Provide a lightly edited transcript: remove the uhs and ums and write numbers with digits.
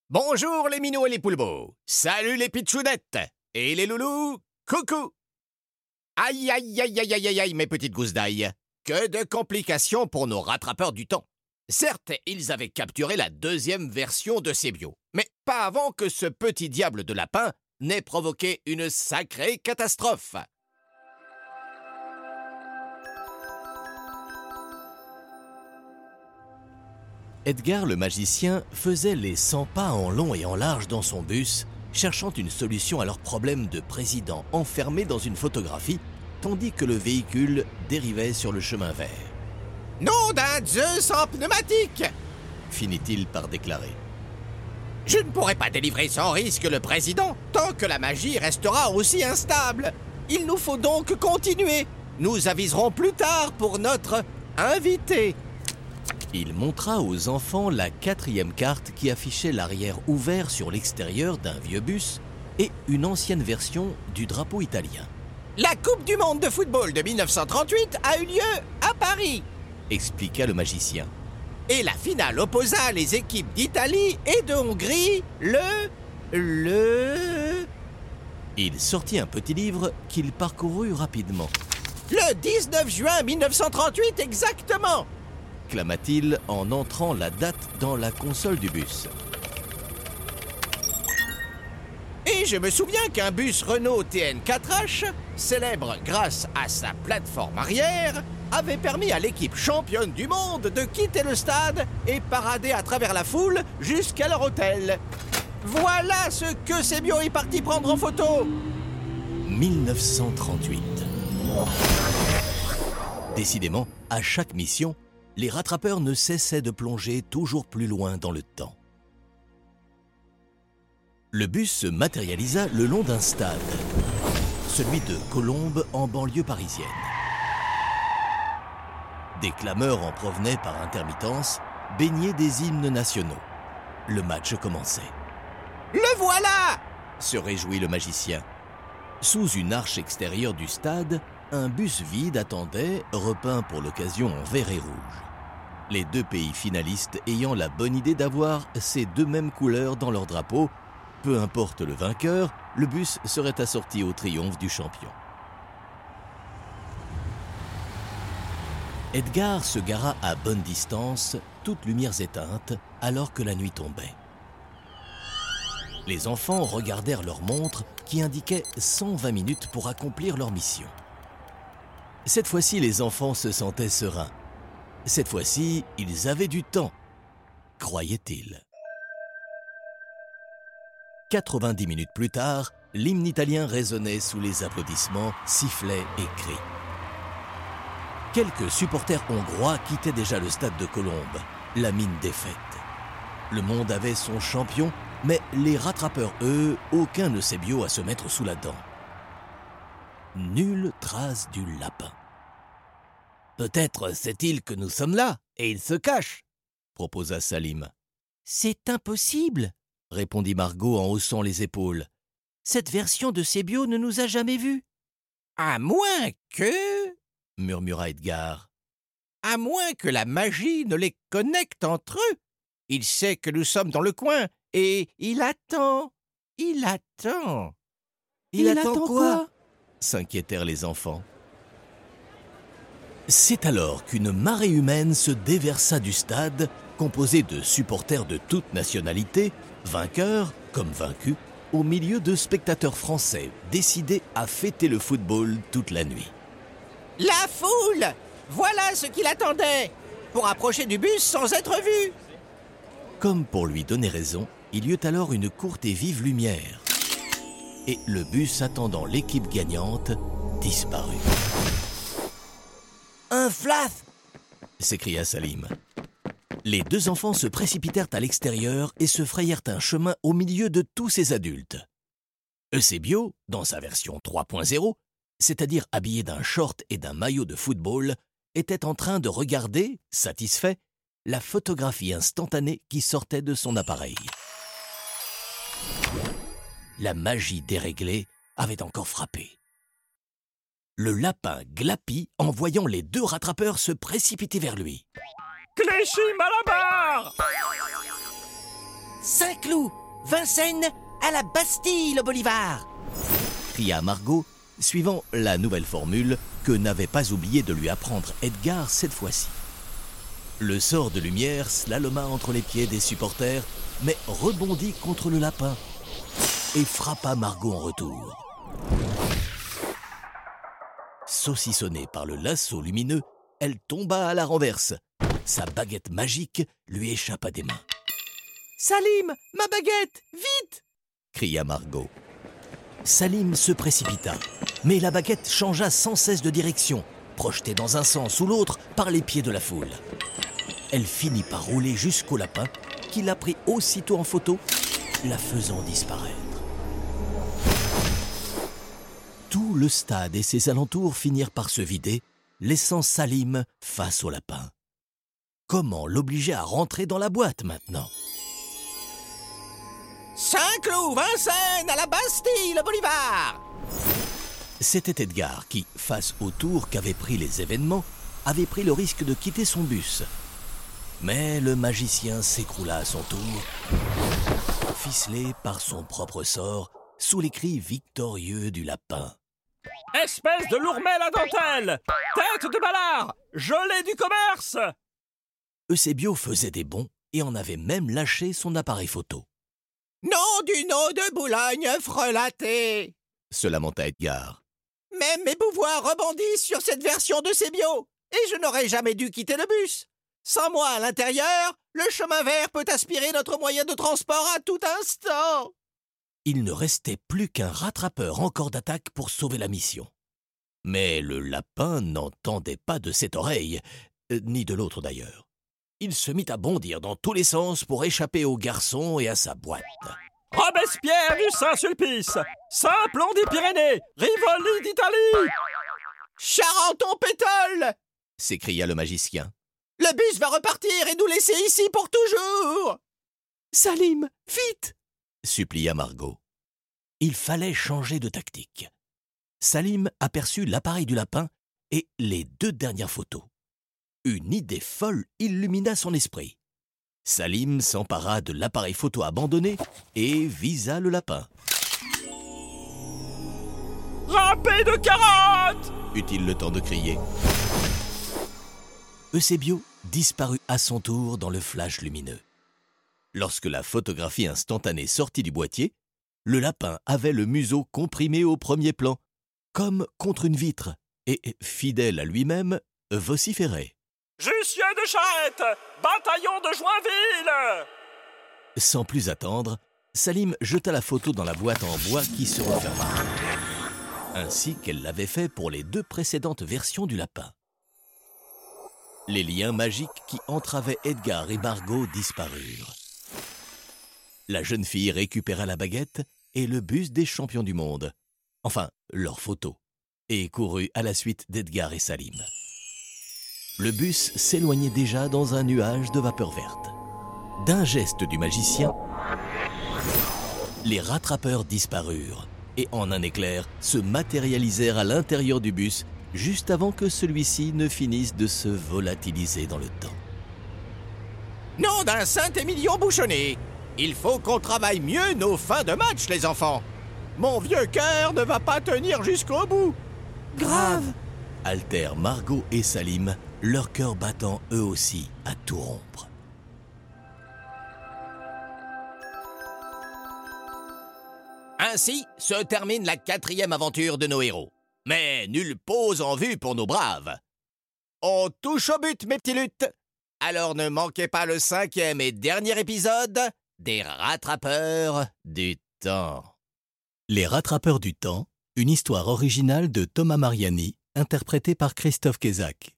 Bonjour les minous et les poulbeaux. Salut les pitchounettes. Et les loulous, coucou. Aïe, aïe, aïe, aïe, aïe, aïe, aïe, mes petites gousses d'ail. Que de complications pour nos rattrapeurs du temps. Certes, ils avaient capturé la deuxième version de Cébio, mais pas avant que ce petit diable de lapin n'ait provoqué une sacrée catastrophe. Edgar le magicien faisait les 100 pas en long et en large dans son bus, cherchant une solution à leur problème de président enfermé dans une photographie, tandis que le véhicule dérivait sur le chemin vert. « Nom d'un Zeus en pneumatique !» finit-il par déclarer. « Je ne pourrai pas délivrer sans risque le président tant que la magie restera aussi instable. Il nous faut donc continuer. Nous aviserons plus tard pour notre invité. » Il montra aux enfants la 4e carte qui affichait l'arrière ouvert sur l'extérieur d'un vieux bus et une ancienne version du drapeau italien. « La Coupe du monde de football de 1938 a eu lieu à Paris !» expliqua le magicien. « Et la finale opposa les équipes d'Italie et de Hongrie Il sortit un petit livre qu'il parcourut rapidement. « Le 19 juin 1938 exactement !» clama-t-il en entrant la date dans la console du bus. Et je me souviens qu'un bus Renault TN4H, célèbre grâce à sa plateforme arrière, avait permis à l'équipe championne du monde de quitter le stade et parader à travers la foule jusqu'à leur hôtel. Voilà ce que Cébio est parti prendre en photo. 1938. Décidément, à chaque mission, les rattrapeurs ne cessaient de plonger toujours plus loin dans le temps. Le bus se matérialisa le long d'un stade, celui de Colombes en banlieue parisienne. Des clameurs en provenaient par intermittence, baignées des hymnes nationaux. Le match commençait. « Le voilà !» se réjouit le magicien. Sous une arche extérieure du stade, un bus vide attendait, repeint pour l'occasion en vert et rouge. Les deux pays finalistes ayant la bonne idée d'avoir ces deux mêmes couleurs dans leur drapeau, peu importe le vainqueur, le bus serait assorti au triomphe du champion. Edgar se gara à bonne distance, toutes lumières éteintes, alors que la nuit tombait. Les enfants regardèrent leur montre qui indiquait 120 minutes pour accomplir leur mission. Cette fois-ci, les enfants se sentaient sereins. Cette fois-ci, ils avaient du temps, croyaient-ils. 90 minutes plus tard, l'hymne italien résonnait sous les applaudissements, sifflets et cris. Quelques supporters hongrois quittaient déjà le stade de Colombes, la mine défaite. Le monde avait son champion, mais les rattrapeurs, eux, aucun ne Cébio à se mettre sous la dent. Nulle trace du lapin. « Peut-être sait-il que nous sommes là, et il se cache », proposa Salim. « C'est impossible », répondit Margot en haussant les épaules. « Cette version de Cébio ne nous a jamais vus. »« À moins que... » murmura Edgar. « À moins que la magie ne les connecte entre eux. Il sait que nous sommes dans le coin, et il attend. Il attend. »« Il attend quoi ?» s'inquiétèrent les enfants. C'est alors qu'une marée humaine se déversa du stade, composé de supporters de toutes nationalités, vainqueurs comme vaincus, au milieu de spectateurs français décidés à fêter le football toute la nuit. La foule! Voilà ce qu'il attendait, pour approcher du bus sans être vu. Comme pour lui donner raison, il y eut alors une courte et vive lumière. Et le bus attendant l'équipe gagnante disparut. « Un flaf !» s'écria Salim. Les deux enfants se précipitèrent à l'extérieur et se frayèrent un chemin au milieu de tous ces adultes. Eusebio, dans sa version 3.0, c'est-à-dire habillé d'un short et d'un maillot de football, était en train de regarder, satisfait, la photographie instantanée qui sortait de son appareil. La magie déréglée avait encore frappé. Le lapin glapit en voyant les deux rattrapeurs se précipiter vers lui. « Cléchy Malabar !» Saint-Cloud, Vincennes, à la Bastille, le Bolivar !» cria Margot, suivant la nouvelle formule que n'avait pas oublié de lui apprendre Edgar cette fois-ci. Le sort de lumière slaloma entre les pieds des supporters, mais rebondit contre le lapin et frappa Margot en retour. Saucissonnée par le lasso lumineux, elle tomba à la renverse. Sa baguette magique lui échappa des mains. « Salim, ma baguette, vite !» cria Margot. Salim se précipita, mais la baguette changea sans cesse de direction, projetée dans un sens ou l'autre par les pieds de la foule. Elle finit par rouler jusqu'au lapin, qui la prit aussitôt en photo, la faisant disparaître. Tout le stade et ses alentours finirent par se vider, laissant Salim face au lapin. Comment l'obliger à rentrer dans la boîte maintenant ? Saint-Cloud, Vincennes, à la Bastille, le Bolivar !» C'était Edgar qui, face au tour qu'avaient pris les événements, avait pris le risque de quitter son bus. Mais le magicien s'écroula à son tour, ficelé par son propre sort, sous les cris victorieux du lapin. « Espèce de lourmel à dentelle! Tête de ballard! Gelée du commerce !» Eusébio faisait des bonds et en avait même lâché son appareil photo. « Nom du nom de Boulogne frelaté !» se lamenta Edgar. « Même mes pouvoirs rebondissent sur cette version de Sébio, et je n'aurais jamais dû quitter le bus. Sans moi à l'intérieur, le chemin vert peut aspirer notre moyen de transport à tout instant. » Il ne restait plus qu'un rattrapeur en corps d'attaque pour sauver la mission. Mais le lapin n'entendait pas de cette oreille, ni de l'autre d'ailleurs. Il se mit à bondir dans tous les sens pour échapper au garçon et à sa boîte. « Robespierre du Saint-Sulpice, Saint-Plon des Pyrénées, Rivoli d'Italie !»« Charenton-Pétole !» s'écria le magicien. « Le bus va repartir et nous laisser ici pour toujours !»« Salim, vite !» supplia Margot. Il fallait changer de tactique. Salim aperçut l'appareil du lapin et les 2 dernières photos. Une idée folle illumina son esprit. Salim s'empara de l'appareil photo abandonné et visa le lapin. « Râpé de carottes !» eut-il le temps de crier. Eusébio disparut à son tour dans le flash lumineux. Lorsque la photographie instantanée sortit du boîtier, le lapin avait le museau comprimé au premier plan, comme contre une vitre, et, fidèle à lui-même, vociférait. « Jussieu de Charette, bataillon de Joinville !» Sans plus attendre, Salim jeta la photo dans la boîte en bois qui se referma, ainsi qu'elle l'avait fait pour les 2 précédentes versions du lapin. Les liens magiques qui entravaient Edgar et Margot disparurent. La jeune fille récupéra la baguette et le bus des champions du monde, enfin leurs photos, et courut à la suite d'Edgar et Salim. Le bus s'éloignait déjà dans un nuage de vapeur verte. D'un geste du magicien, les rattrapeurs disparurent et en un éclair se matérialisèrent à l'intérieur du bus juste avant que celui-ci ne finisse de se volatiliser dans le temps. « Nom d'un Saint-Émilion bouchonné! Il faut qu'on travaille mieux nos fins de match, les enfants! Mon vieux cœur ne va pas tenir jusqu'au bout! » Grave! Altèrent Margot et Salim, leur cœur battant eux aussi à tout rompre. Ainsi se termine la 4e aventure de nos héros. Mais nulle pause en vue pour nos braves. On touche au but, mes petits luttes. Alors ne manquez pas le 5e et dernier épisode des Rattrapeurs du Temps. Les Rattrapeurs du Temps, une histoire originale de Thomas Mariani, interprétée par Christophe Quézac.